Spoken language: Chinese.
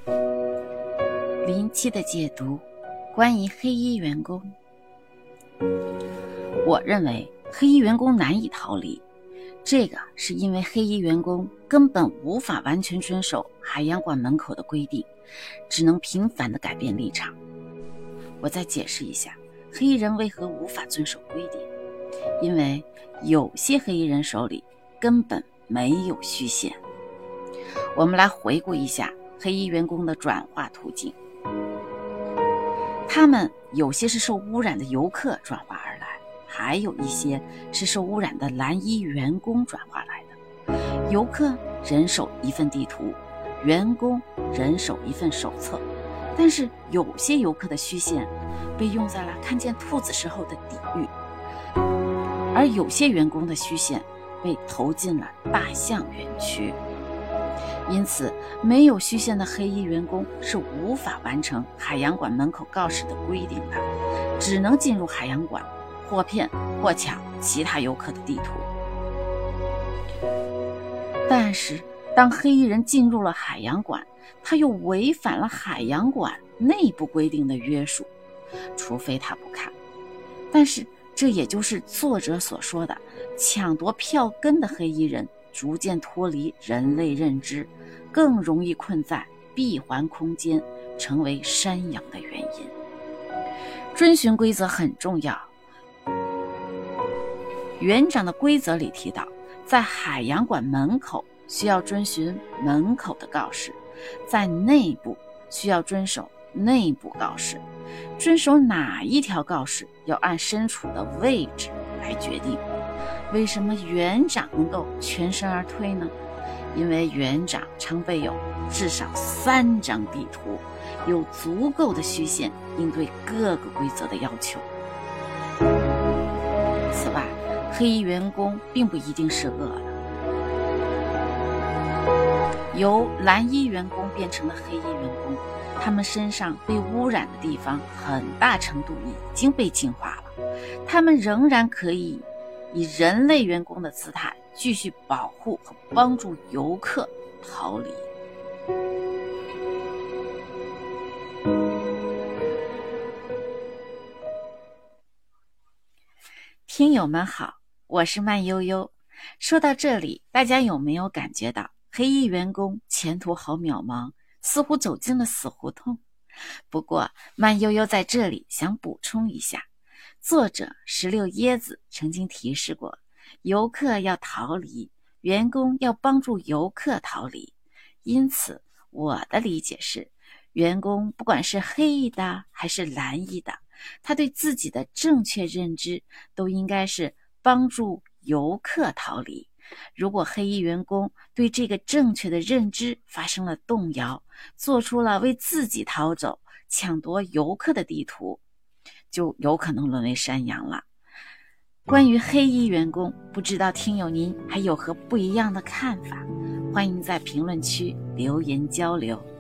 林七的解读，关于黑衣员工。我认为黑衣员工难以逃离，这个是因为黑衣员工根本无法完全遵守海洋馆门口的规定，只能频繁地改变立场。我再解释一下，黑衣人为何无法遵守规定，因为有些黑衣人手里根本没有虚线。我们来回顾一下黑衣员工的转化途径，他们有些是受污染的游客转化而来，还有一些是受污染的蓝衣员工转化来的。游客人手一份地图，员工人手一份手册，但是有些游客的虚线被用在了看见兔子时候的抵御，而有些员工的虚线被投进了大象园区。因此，没有虚线的黑衣员工是无法完成海洋馆门口告示的规定的，只能进入海洋馆，或骗或抢其他游客的地图。但是，当黑衣人进入了海洋馆，他又违反了海洋馆内部规定的约束，除非他不看。但是，这也就是作者所说的抢夺票根的黑衣人逐渐脱离人类认知，更容易困在闭环空间，成为山羊的原因。遵循规则很重要。园长的规则里提到，在海洋馆门口需要遵循门口的告示，在内部需要遵守内部告示。遵守哪一条告示要按身处的位置来决定。为什么园长能够全身而退呢？因为园长常备有至少3张地图，有足够的虚线应对各个规则的要求。此外，黑衣员工并不一定是恶的。由蓝衣员工变成了黑衣员工，他们身上被污染的地方很大程度已经被净化了，他们仍然可以以人类员工的姿态继续保护和帮助游客逃离。听友们好，我是慢悠悠。说到这里，大家有没有感觉到黑衣员工前途好渺茫，似乎走进了死胡同？不过慢悠悠在这里想补充一下，作者石榴椰子曾经提示过，游客要逃离，员工要帮助游客逃离。因此我的理解是，员工不管是黑衣的还是蓝衣的，他对自己的正确认知都应该是帮助游客逃离。如果黑衣员工对这个正确的认知发生了动摇，做出了为自己逃走、抢夺游客的地图，就有可能沦为山羊了。关于黑衣员工，不知道听友您还有何不一样的看法？欢迎在评论区留言交流。